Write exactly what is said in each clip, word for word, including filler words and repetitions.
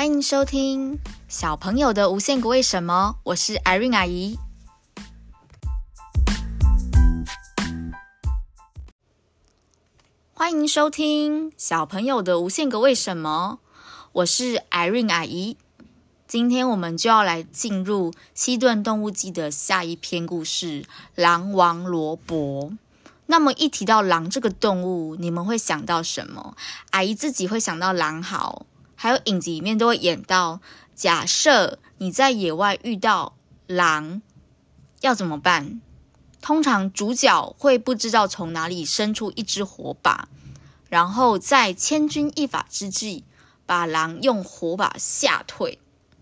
欢迎收听小朋友的无限个为什么，我是 Irene 阿姨。欢迎收听小朋友的无限个为什么，我是 Irene 阿姨。今天我们就要来进入西顿动物记的下一篇故事——狼王罗伯。那么一提到狼这个动物，你们会想到什么？阿姨自己会想到狼嚎，还有影集里面都会演到，假设你在野外遇到狼，要怎么办？通常主角会不知道从哪里伸出一支火把，然后在千钧一发之际，把狼用火把吓退。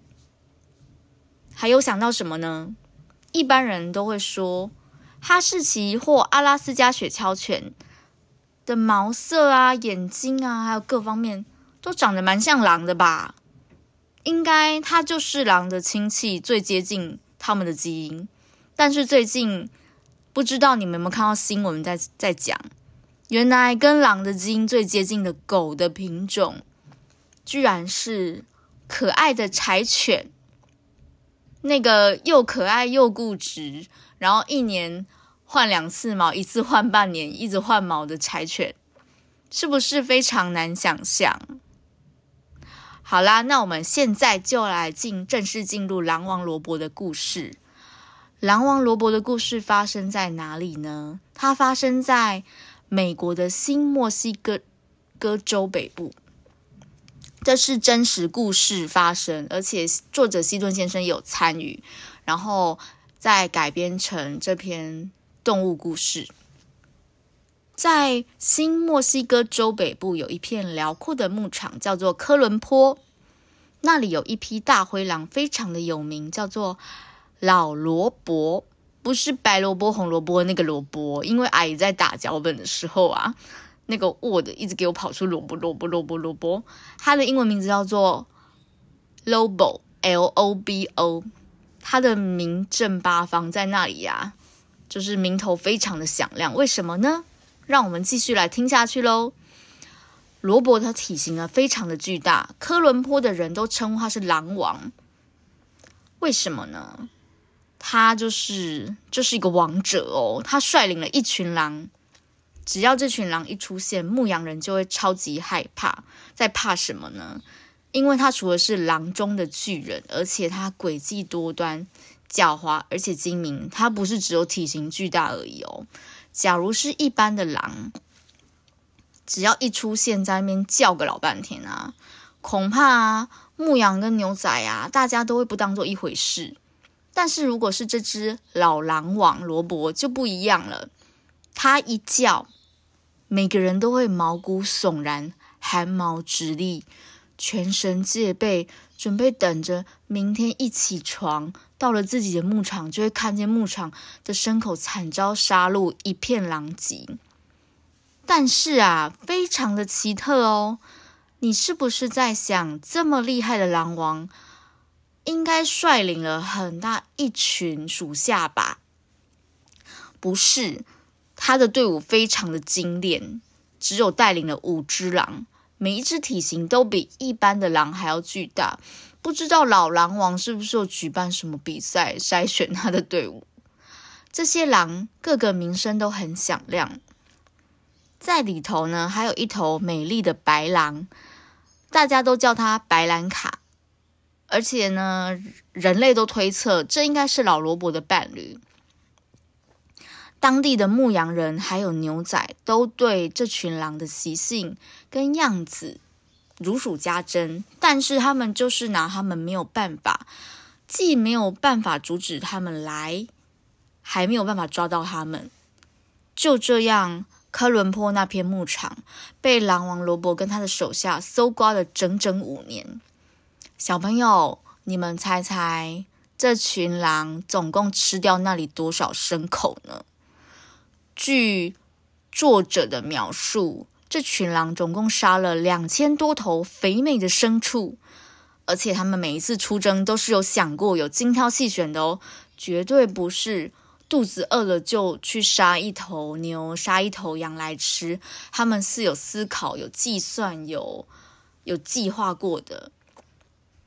还有想到什么呢？一般人都会说，哈士奇或阿拉斯加雪橇犬的毛色啊、眼睛啊，还有各方面都长得蛮像狼的吧？应该它就是狼的亲戚，最接近它们的基因。但是最近不知道你们有没有看到新闻在在讲，原来跟狼的基因最接近的狗的品种，居然是可爱的柴犬。那个又可爱又固执，然后一年换两次毛，一次换半年，一直换毛的柴犬，是不是非常难想象？好啦，那我们现在就来进正式进入狼王罗伯的故事。狼王罗伯的故事发生在哪里呢？它发生在美国的新墨西哥哥州北部。这是真实故事发生，而且作者西顿先生也有参与，然后再改编成这篇动物故事。在新墨西哥州北部有一片辽阔的牧场，叫做科伦坡。那里有一匹大灰狼，非常的有名，叫做老罗伯，不是白萝卜红萝卜那个萝卜，因为阿姨在打脚本的时候啊，那个 word 一直给我跑出萝卜萝卜萝卜萝卜，它的英文名字叫做 Lobo L O B O， 它的名震八方，在那里啊，就是名头非常的响亮。为什么呢？让我们继续来听下去咯。罗伯的体型呢非常的巨大，科伦坡的人都称呼他是狼王。为什么呢？他就是就是一个王者哦，他率领了一群狼。只要这群狼一出现，牧羊人就会超级害怕。在怕什么呢？因为他除了是狼中的巨人，而且他诡计多端、狡猾而且精明。他不是只有体型巨大而已哦。假如是一般的狼，只要一出现在那边叫个老半天啊，恐怕啊牧羊跟牛仔啊，大家都会不当做一回事。但是如果是这只老狼王罗伯就不一样了，他一叫，每个人都会毛骨悚然，汗毛直立，全神戒备，准备等着明天一起床，到了自己的牧场，就会看见牧场的牲口惨遭杀戮，一片狼藉。但是啊，非常的奇特哦，你是不是在想，这么厉害的狼王，应该率领了很大一群属下吧？不是，他的队伍非常的精炼，只有带领了五只狼，每一只体型都比一般的狼还要巨大。不知道老狼王是不是有举办什么比赛筛选他的队伍？这些狼各个名声都很响亮。在里头呢，还有一头美丽的白狼，大家都叫它白兰卡。而且呢，人类都推测这应该是老罗伯的伴侣。当地的牧羊人还有牛仔都对这群狼的习性跟样子如数家珍，但是他们就是拿他们没有办法，既没有办法阻止他们来，还没有办法抓到他们。就这样，科伦坡那片牧场被狼王罗伯跟他的手下搜刮了整整五年。小朋友，你们猜猜这群狼总共吃掉那里多少牲口呢？据作者的描述，这群狼总共杀了两千多头肥美的牲畜，而且他们每一次出征都是有想过、有精挑细选的哦，绝对不是肚子饿了就去杀一头牛、杀一头羊来吃，他们是有思考、有计算、有有计划过的。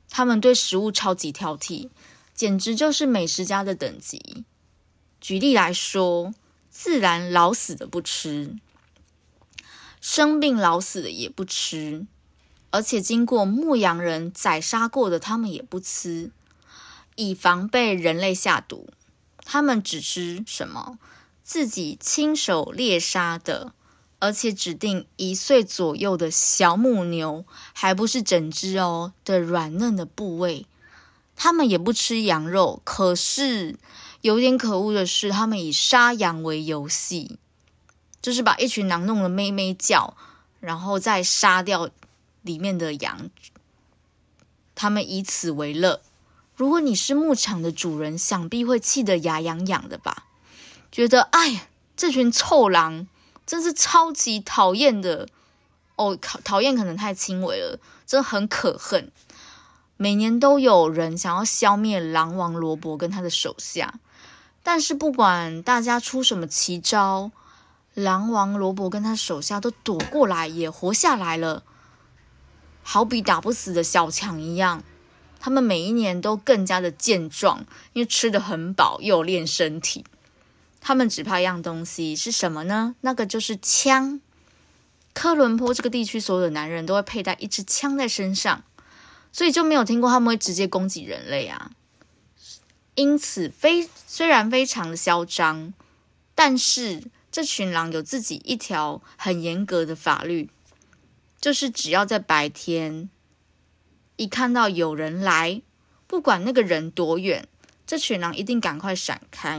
他们对食物超级挑剔，简直就是美食家的等级。举例来说，自然老死的不吃，生病老死的也不吃，而且经过牧羊人宰杀过的他们也不吃，以防被人类下毒。他们只吃什么？自己亲手猎杀的，而且指定一岁左右的小母牛，还不是整只哦，的软嫩的部位。他们也不吃羊肉，可是有点可恶的是，他们以杀羊为游戏，就是把一群狼弄得咩咩叫，然后再杀掉里面的羊，他们以此为乐。如果你是牧场的主人，想必会气得牙痒痒的吧？觉得哎呀，这群臭狼真是超级讨厌的哦，讨厌可能太轻微了，真的很可恨。每年都有人想要消灭狼王罗伯跟他的手下，但是不管大家出什么奇招，狼王罗伯跟他手下都躲过来，也活下来了，好比打不死的小强一样。他们每一年都更加的健壮，因为吃得很饱，又有练身体。他们只怕一样东西是什么呢？那个就是枪。科伦坡这个地区所有的男人都会佩戴一支枪在身上，所以就没有听过他们会直接攻击人类啊。因此非虽然非常的嚣张，但是这群狼有自己一条很严格的法律，就是只要在白天一看到有人来，不管那个人多远，这群狼一定赶快闪开。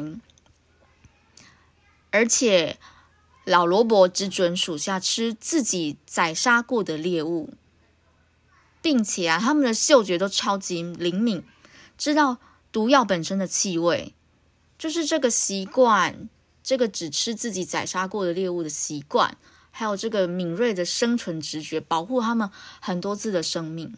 而且老罗伯只准属下吃自己宰杀过的猎物，并且啊，他们的嗅觉都超级灵敏，知道毒药本身的气味。就是这个习惯，这个只吃自己宰杀过的猎物的习惯，还有这个敏锐的生存直觉，保护他们很多次的生命。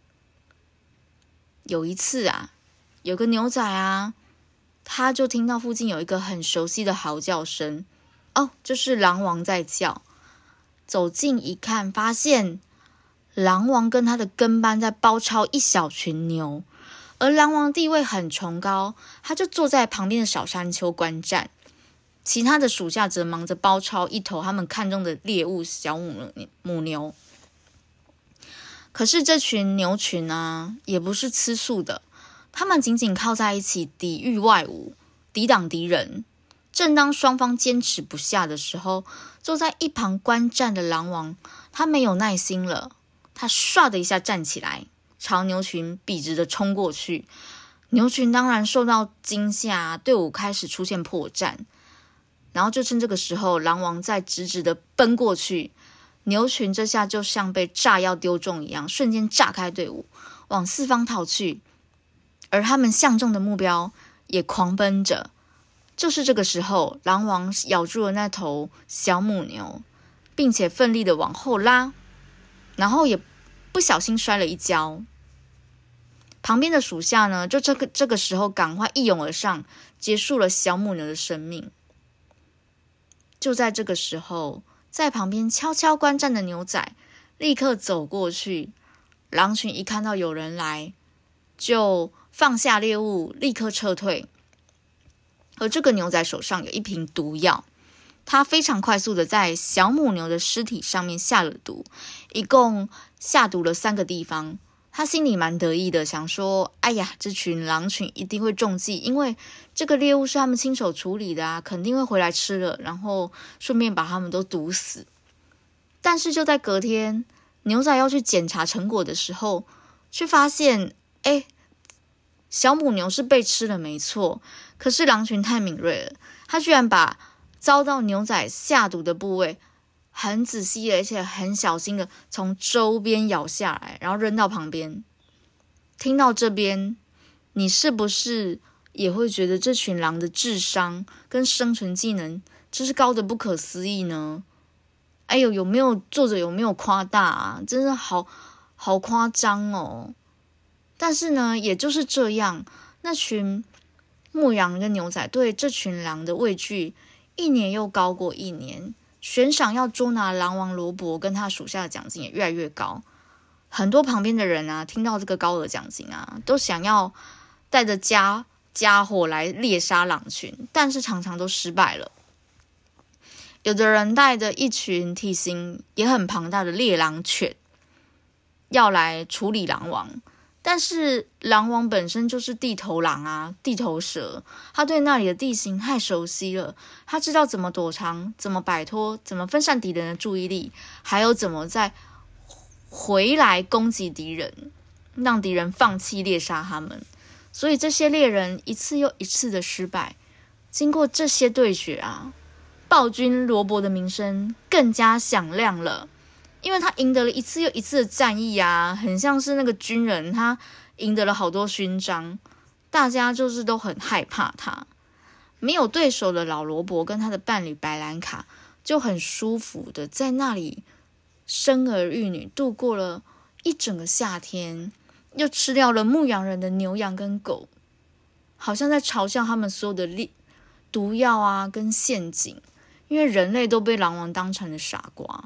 有一次啊，有个牛仔啊，他就听到附近有一个很熟悉的嚎叫声，哦，就是狼王在叫。走近一看，发现狼王跟他的跟班在包抄一小群牛，而狼王地位很崇高，他就坐在旁边的小山丘观战，其他的属下则忙着包抄一头他们看中的猎物小母母牛。可是这群牛群啊，也不是吃素的，他们紧紧靠在一起，抵御外侮，抵挡敌人。正当双方坚持不下的时候，坐在一旁观战的狼王，他没有耐心了，他唰的一下站起来，朝牛群笔直的冲过去。牛群当然受到惊吓，队伍开始出现破绽。然后就趁这个时候，狼王再直直的奔过去，牛群这下就像被炸药丢中一样，瞬间炸开队伍，往四方逃去。而他们相中的目标也狂奔着。就是这个时候，狼王咬住了那头小母牛，并且奋力的往后拉，然后也不小心摔了一跤。旁边的属下呢，就这个这个时候赶快一涌而上，结束了小母牛的生命。就在这个时候，在旁边悄悄观战的牛仔立刻走过去，狼群一看到有人来，就放下猎物，立刻撤退。而这个牛仔手上有一瓶毒药，他非常快速的在小母牛的尸体上面下了毒，一共下毒了三个地方。他心里蛮得意的，想说哎呀，这群狼群一定会中计，因为这个猎物是他们亲手处理的啊，肯定会回来吃了，然后顺便把他们都毒死。但是就在隔天，牛仔要去检查成果的时候，却发现哎，小母牛是被吃了没错，可是狼群太敏锐了，他居然把遭到牛仔下毒的部位很仔细而且很小心的从周边咬下来，然后扔到旁边。听到这边，你是不是也会觉得这群狼的智商跟生存技能真是高得不可思议呢？哎呦，有没有作者有没有夸大啊？真的好好夸张哦。但是呢，也就是这样，那群牧羊跟牛仔对这群狼的畏惧一年又高过一年，悬赏要捉拿狼王罗伯跟他属下的奖金也越来越高。 很多旁边的人啊，听到这个高额奖金啊，都想要带着家家伙来猎杀狼群，但是常常都失败了。有的人带着一群体型也很庞大的猎狼犬，要来处理狼王，但是狼王本身就是地头狼啊，地头蛇，他对那里的地形太熟悉了，他知道怎么躲藏，怎么摆脱，怎么分散敌人的注意力，还有怎么再回来攻击敌人，让敌人放弃猎杀他们。所以这些猎人一次又一次的失败。经过这些对决啊，暴君罗伯的名声更加响亮了，因为他赢得了一次又一次的战役啊，很像是那个军人，他赢得了好多勋章，大家就是都很害怕他。没有对手的老罗伯跟他的伴侣白兰卡就很舒服的在那里生儿育女，度过了一整个夏天，又吃掉了牧羊人的牛羊跟狗，好像在嘲笑他们所有的毒药啊跟陷阱，因为人类都被狼王当成了傻瓜。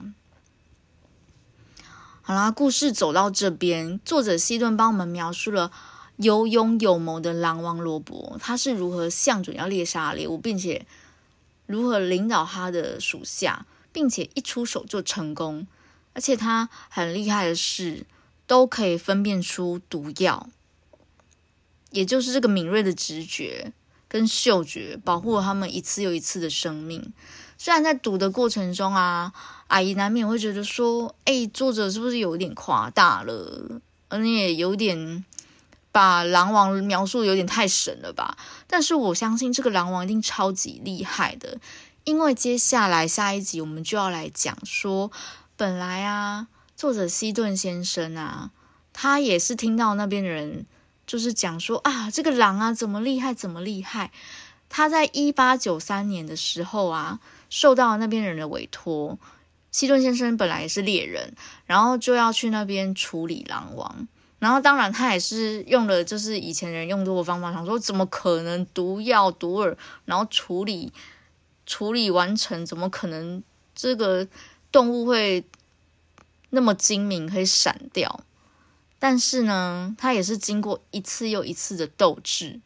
好啦，故事走到这边，作者希顿帮我们描述了有勇有谋的狼王罗伯，他是如何向准要猎杀猎物，并且如何领导他的属下，并且一出手就成功。而且他很厉害的是，都可以分辨出毒药，也就是这个敏锐的直觉跟嗅觉，保护了他们一次又一次的生命。虽然在读的过程中啊，阿姨难免会觉得说，哎，作者是不是有点夸大了，而且也有点把狼王描述有点太神了吧。但是我相信这个狼王一定超级厉害的，因为接下来下一集我们就要来讲说，本来啊，作者希顿先生啊，他也是听到那边的人就是讲说啊，这个狼啊怎么厉害怎么厉害。他在一八九三年的时候啊，受到那边人的委托，希顿先生本来也是猎人，然后就要去那边处理狼王。然后当然他也是用了就是以前人用过的方法，想说怎么可能毒药毒饵，然后处理处理完成，怎么可能这个动物会那么精明可以闪掉。但是呢，他也是经过一次又一次的斗志。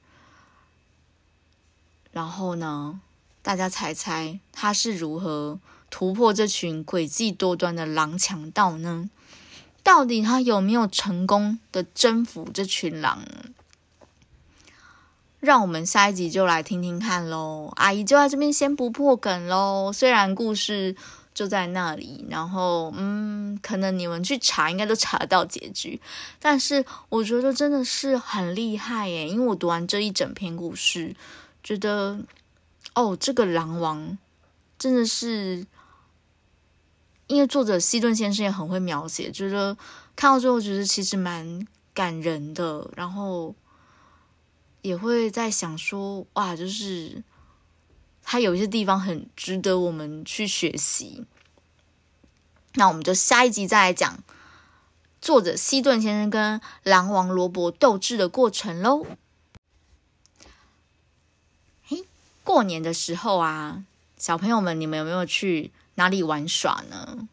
然后呢，大家猜猜他是如何突破这群诡计多端的狼强盗呢？到底他有没有成功的征服这群狼？让我们下一集就来听听看咯。阿姨就在这边先不破梗咯，虽然故事就在那里，然后嗯，可能你们去查应该都查得到结局，但是我觉得真的是很厉害耶，因为我读完这一整篇故事，觉得哦，这个狼王真的是，因为作者希顿先生也很会描写，觉得看到最后觉得其实蛮感人的，然后也会在想说，哇，就是他有一些地方很值得我们去学习。那我们就下一集再来讲作者希顿先生跟狼王罗伯斗智的过程咯。嘿，过年的时候啊，小朋友们，你们有没有去哪里玩耍呢？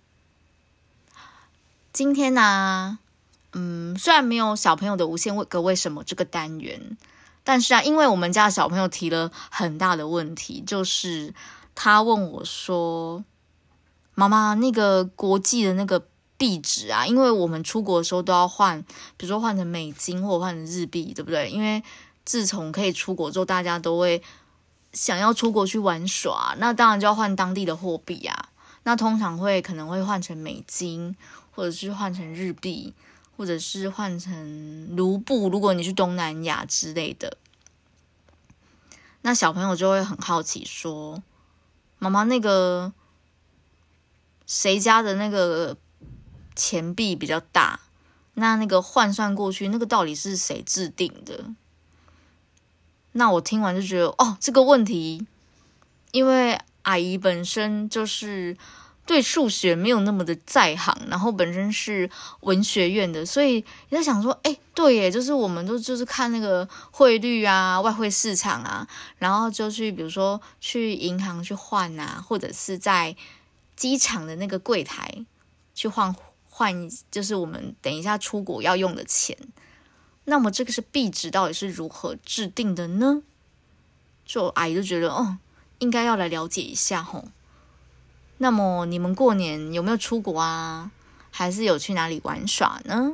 今天呢、啊，嗯，虽然没有小朋友的无限个为什么这个单元，但是啊，因为我们家的小朋友提了很大的问题，就是他问我说，妈妈，那个国际的那个币值啊，因为我们出国的时候都要换，比如说换成美金或者换成日币，对不对？因为自从可以出国之后，大家都会想要出国去玩耍，那当然就要换当地的货币啊。那通常会可能会换成美金，或者是换成日币，或者是换成卢布，如果你去东南亚之类的。那小朋友就会很好奇说，妈妈，那个谁家的那个钱币比较大，那那个换算过去那个到底是谁制定的？那我听完就觉得，哦，这个问题，因为阿姨本身就是对数学没有那么的在行，然后本身是文学院的，所以也在想说，哎，对耶，就是我们都就是看那个汇率啊、外汇市场啊，然后就去比如说去银行去换啊，或者是在机场的那个柜台去换换，就是我们等一下出国要用的钱。那么这个是币值到底是如何制定的呢？就阿姨就觉得，哦，应该要来了解一下吼。那么你们过年有没有出国啊？还是有去哪里玩耍呢？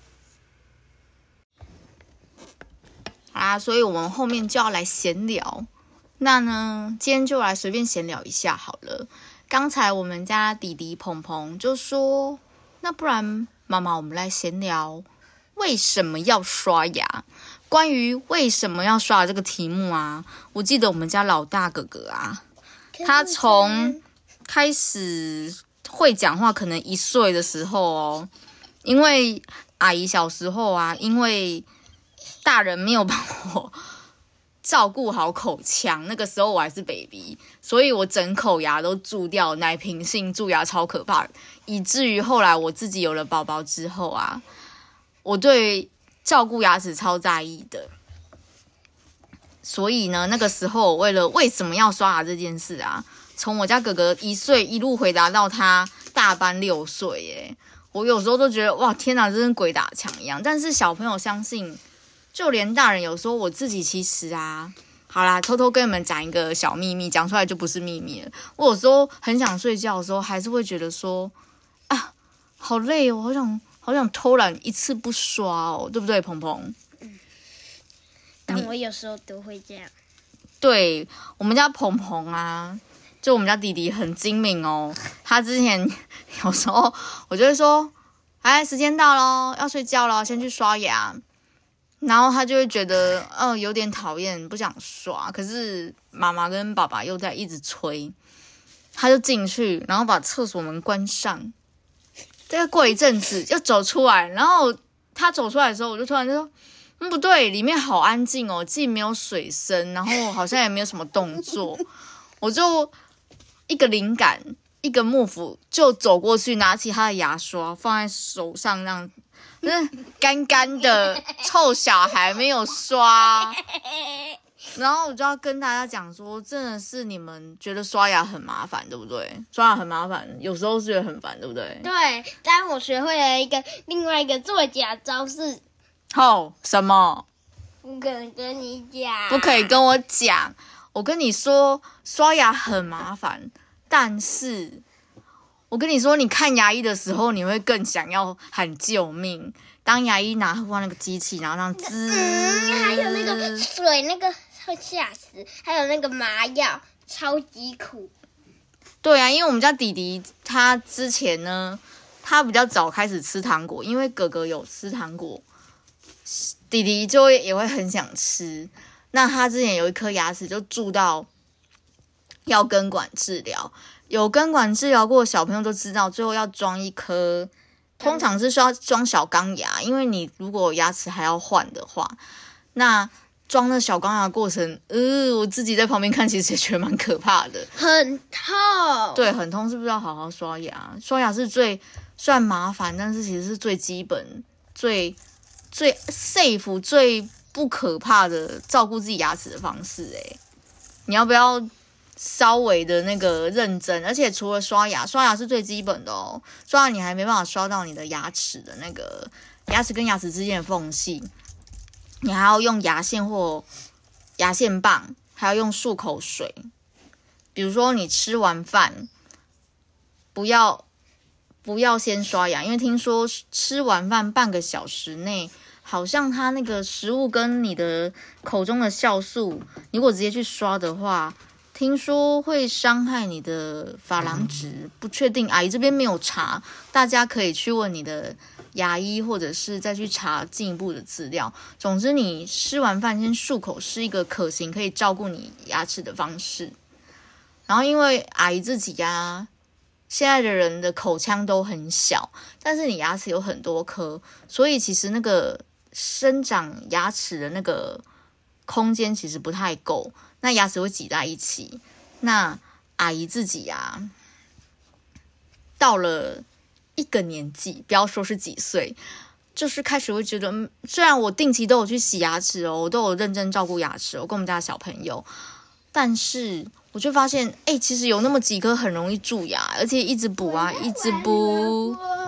好啦，所以我们后面就要来闲聊。那呢，今天就来随便闲聊一下好了。刚才我们家弟弟鹏鹏就说，那不然妈妈我们来闲聊为什么要刷牙。关于为什么要刷牙这个题目啊，我记得我们家老大哥哥啊，他从开始会讲话可能一岁的时候哦，因为阿姨小时候啊，因为大人没有帮我照顾好口腔，那个时候我还是 baby， 所以我整口牙都蛀掉，奶瓶性蛀牙超可怕，以至于后来我自己有了宝宝之后啊，我对照顾牙齿超在意的。所以呢，那个时候我为了为什么要刷牙这件事啊，从我家哥哥一岁一路回答到他大班六岁耶，我有时候都觉得哇天哪，真跟鬼打墙一样。但是小朋友相信，就连大人有时候我自己其实啊，好啦，偷偷跟你们讲一个小秘密，讲出来就不是秘密了。我有时候很想睡觉的时候，还是会觉得说啊，好累哦，好想好想偷懒一次不刷哦，对不对，鹏鹏？ 嗯，但我有时候都会这样。 对，我们家鹏鹏啊，就我们家弟弟很精明哦。他之前有时候我就会说，哎，时间到咯，要睡觉咯，先去刷牙。然后他就会觉得，嗯、呃，有点讨厌，不想刷。可是妈妈跟爸爸又在一直催，他就进去，然后把厕所门关上。大概过一阵子又走出来，然后他走出来的时候，我就突然就说，嗯，不对，里面好安静哦，既没有水声，然后好像也没有什么动作。我就一个灵感，一个幕府，就走过去，拿起他的牙刷放在手上，这样。那干干的臭小孩没有刷，然后我就要跟大家讲说，真的是你们觉得刷牙很麻烦，对不对？刷牙很麻烦，有时候是觉得很烦，对不对？ 对，但我学会了一个另外一个作假招式。 哦，什么？ 不可能跟你讲， 不可以跟我讲。我跟你说，刷牙很麻烦，但是。我跟你说，你看牙医的时候，你会更想要喊救命。当牙医拿过那个机器，然后让滋、 嗯，还有那个水，那个会吓死，还有那个麻药，超级苦。 对啊，因为我们家弟弟他之前呢，他比较早开始吃糖果，因为哥哥有吃糖果，弟弟就会也会很想吃。那他之前有一颗牙齿就蛀到要根管治疗。有根管治疗过的小朋友都知道，最后要装一颗，通常是需要装小钢牙，因为你如果牙齿还要换的话，那装那小钢牙的过程，呃，我自己在旁边看，其实也觉得蛮可怕的， 很痛。 对，很痛，是不是要好好刷牙？刷牙是最虽然麻烦，但是其实是最基本、最最 safe、最不可怕的照顾自己牙齿的方式。诶，你要不要？稍微的那个认真，而且除了刷牙，刷牙是最基本的哦。刷牙你还没办法刷到你的牙齿的那个牙齿跟牙齿之间的缝隙，你还要用牙线或牙线棒，还要用漱口水。比如说你吃完饭，不要不要先刷牙，因为听说吃完饭半个小时内，好像它那个食物跟你的口中的酵素，如果直接去刷的话。听说会伤害你的珐琅质，不确定，阿姨这边没有查，大家可以去问你的牙医，或者是再去查进一步的资料。总之，你吃完饭先漱口是一个可行可以照顾你牙齿的方式。然后，因为阿姨自己呀，现在的人的口腔都很小，但是你牙齿有很多颗，所以其实那个生长牙齿的那个空间其实不太够。那牙齿会挤在一起，那阿姨自己啊，到了一个年纪，不要说是几岁，就是开始会觉得，嗯，虽然我定期都有去洗牙齿哦，我都有认真照顾牙齿，我跟我们家的小朋友，但是我就发现，哎、欸，其实有那么几颗很容易蛀牙，而且一直补啊，一直补。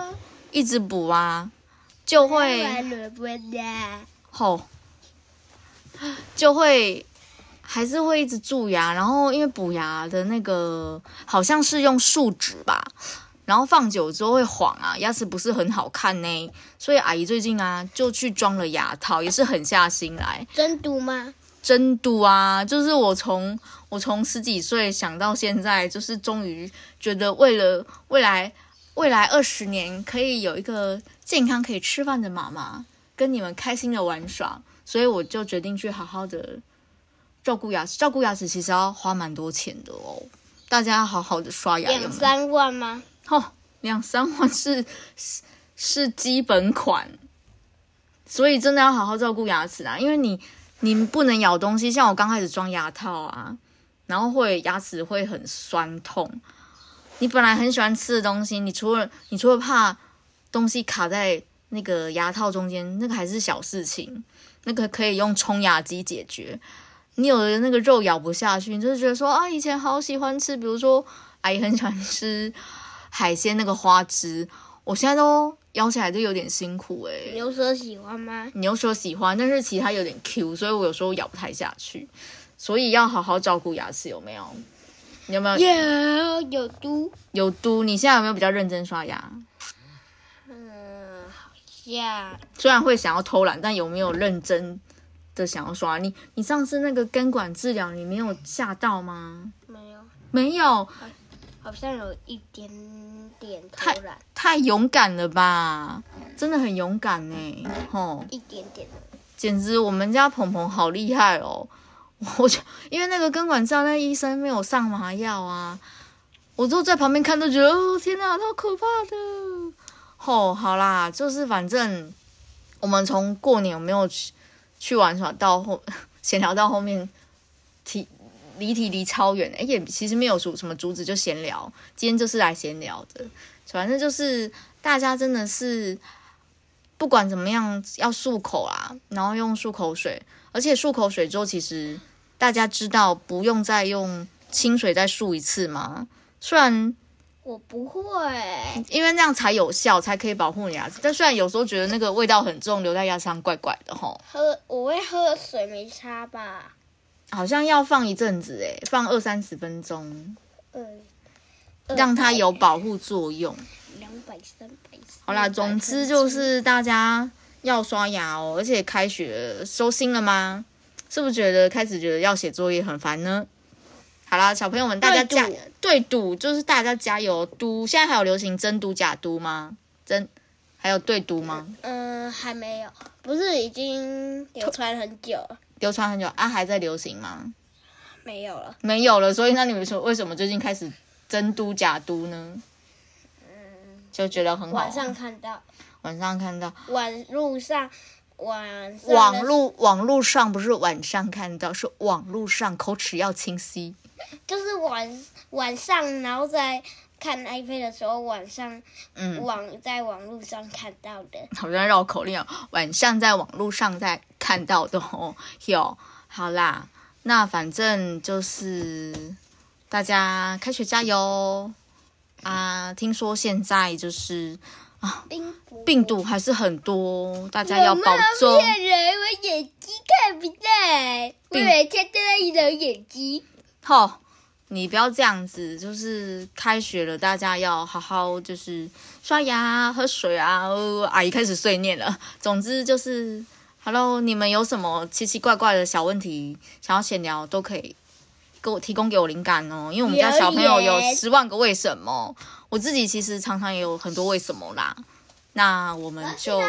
一直补啊，就会吼，就会还是会一直蛀牙。然后因为补牙的那个好像是用树脂吧，然后放久之后会黄啊，牙齿不是很好看呢。所以阿姨最近啊就去装了牙套，也是狠下心来。 真毒吗？ 真毒啊！就是我从我从十几岁想到现在，就是终于觉得为了未来未来二十年可以有一个健康可以吃饭的妈妈，跟你们开心的玩耍，所以我就决定去好好的照顾牙齿。照顾牙齿其实要花蛮多钱的哦，大家要好好的刷牙。 两三万吗？ 哦，两三万是是是基本款，所以真的要好好照顾牙齿啊，因为你。你不能咬东西，像我刚开始装牙套啊，然后会牙齿会很酸痛。你本来很喜欢吃的东西，你除了你除了怕东西卡在那个牙套中间，那个还是小事情，那个可以用冲牙机解决。你有的那个肉咬不下去，你就是觉得说啊，以前好喜欢吃，比如说阿姨很喜欢吃海鲜那个花枝，我现在都咬起来就有点辛苦哎、欸。 牛舌喜欢吗？ 牛舌喜欢，但是其实它有点 Q， 所以我有时候咬不太下去。所以要好好照顾牙齿，有没有？你有没有？ 有有嘟有嘟。你现在有没有比较认真刷牙？ 嗯，好像。 虽然会想要偷懒，但有没有认真的想要刷？你你上次那个根管治疗，你没有吓到吗？ 没有， 没有。 好像有一点点偷懒， 太勇敢了吧！真的很勇敢呢，吼， 一点点的， 简直我们家鹏鹏好厉害哦！我就因为那个根管治疗，那医生没有上麻药啊，我就在旁边看都觉得，哦天哪，好可怕的！吼，好啦，就是反正我们从过年有没有去去玩耍到后闲聊到后面提。离题离超远，哎，也其实没有什什么主旨，就闲聊。今天就是来闲聊的，反正就是大家真的是不管怎么样要漱口啦，然后用漱口水，而且漱口水之后，其实大家知道不用再用清水再漱一次吗？虽然我不会， 因为那样才有效，才可以保护你牙齿。但虽然有时候觉得那个味道很重，留在牙齿上怪怪的吼。 喝我会喝水没差吧？ 好像要放一阵子诶，放二三十分钟， 嗯， 让它有保护作用。 两百、三百。 好啦，总之就是大家要刷牙哦，而且开学收心了吗？是不是觉得开始觉得要写作业很烦呢？好啦，小朋友们，大家加对赌，就是大家加油嘟。现在还有流行真嘟假嘟吗？真还有对嘟吗？ 嗯，还没有，不是已经流传很久了。 流传很久啊，还在流行吗？ 没有了， 没有了。所以那你们说为什么最近开始真嘟假嘟呢？嗯，就觉得很好。 晚上看到， 晚上看到， 网路上，晚上网路网路上不是晚上看到，是网路上，口齿要清晰。 就是晚晚上，然后在看 iPad 的时候，晚上嗯网在网络上看到的， 好像绕口令哦。晚上在网络上在看到的哦，有好啦，那反正就是大家开学加油啊！听说现在就是啊， 病病毒还是很多，大家要保重。 我骗人，我眼睛看不到，我每天都在揉眼睛。 吼，你不要这样子，就是开学了，大家要好好就是刷牙、喝水啊。哦、阿姨开始碎念了。总之就是，Hello，你们有什么奇奇怪怪的小问题想要闲聊，都可以给我提供给我灵感哦。因为我们家小朋友有十万个为什么，我自己其实常常也有很多为什么啦。那我们就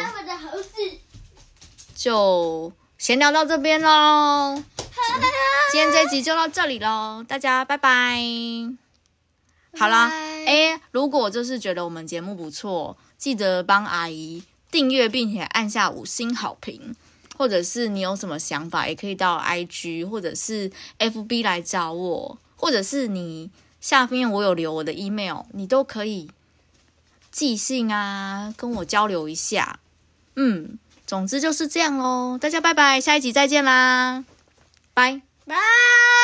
就闲聊到这边喽。今天这集就到这里咯，大家拜拜。好啦，哎，如果就是觉得我们节目不错，记得帮阿姨订阅并且按下五星好评，或者是你有什么想法，也可以到 I G 或者是 F B 来找我，或者是你下面我有留我的 email， 你都可以寄信啊，跟我交流一下。嗯，总之就是这样咯，大家拜拜，下一集再见啦，拜。 拜。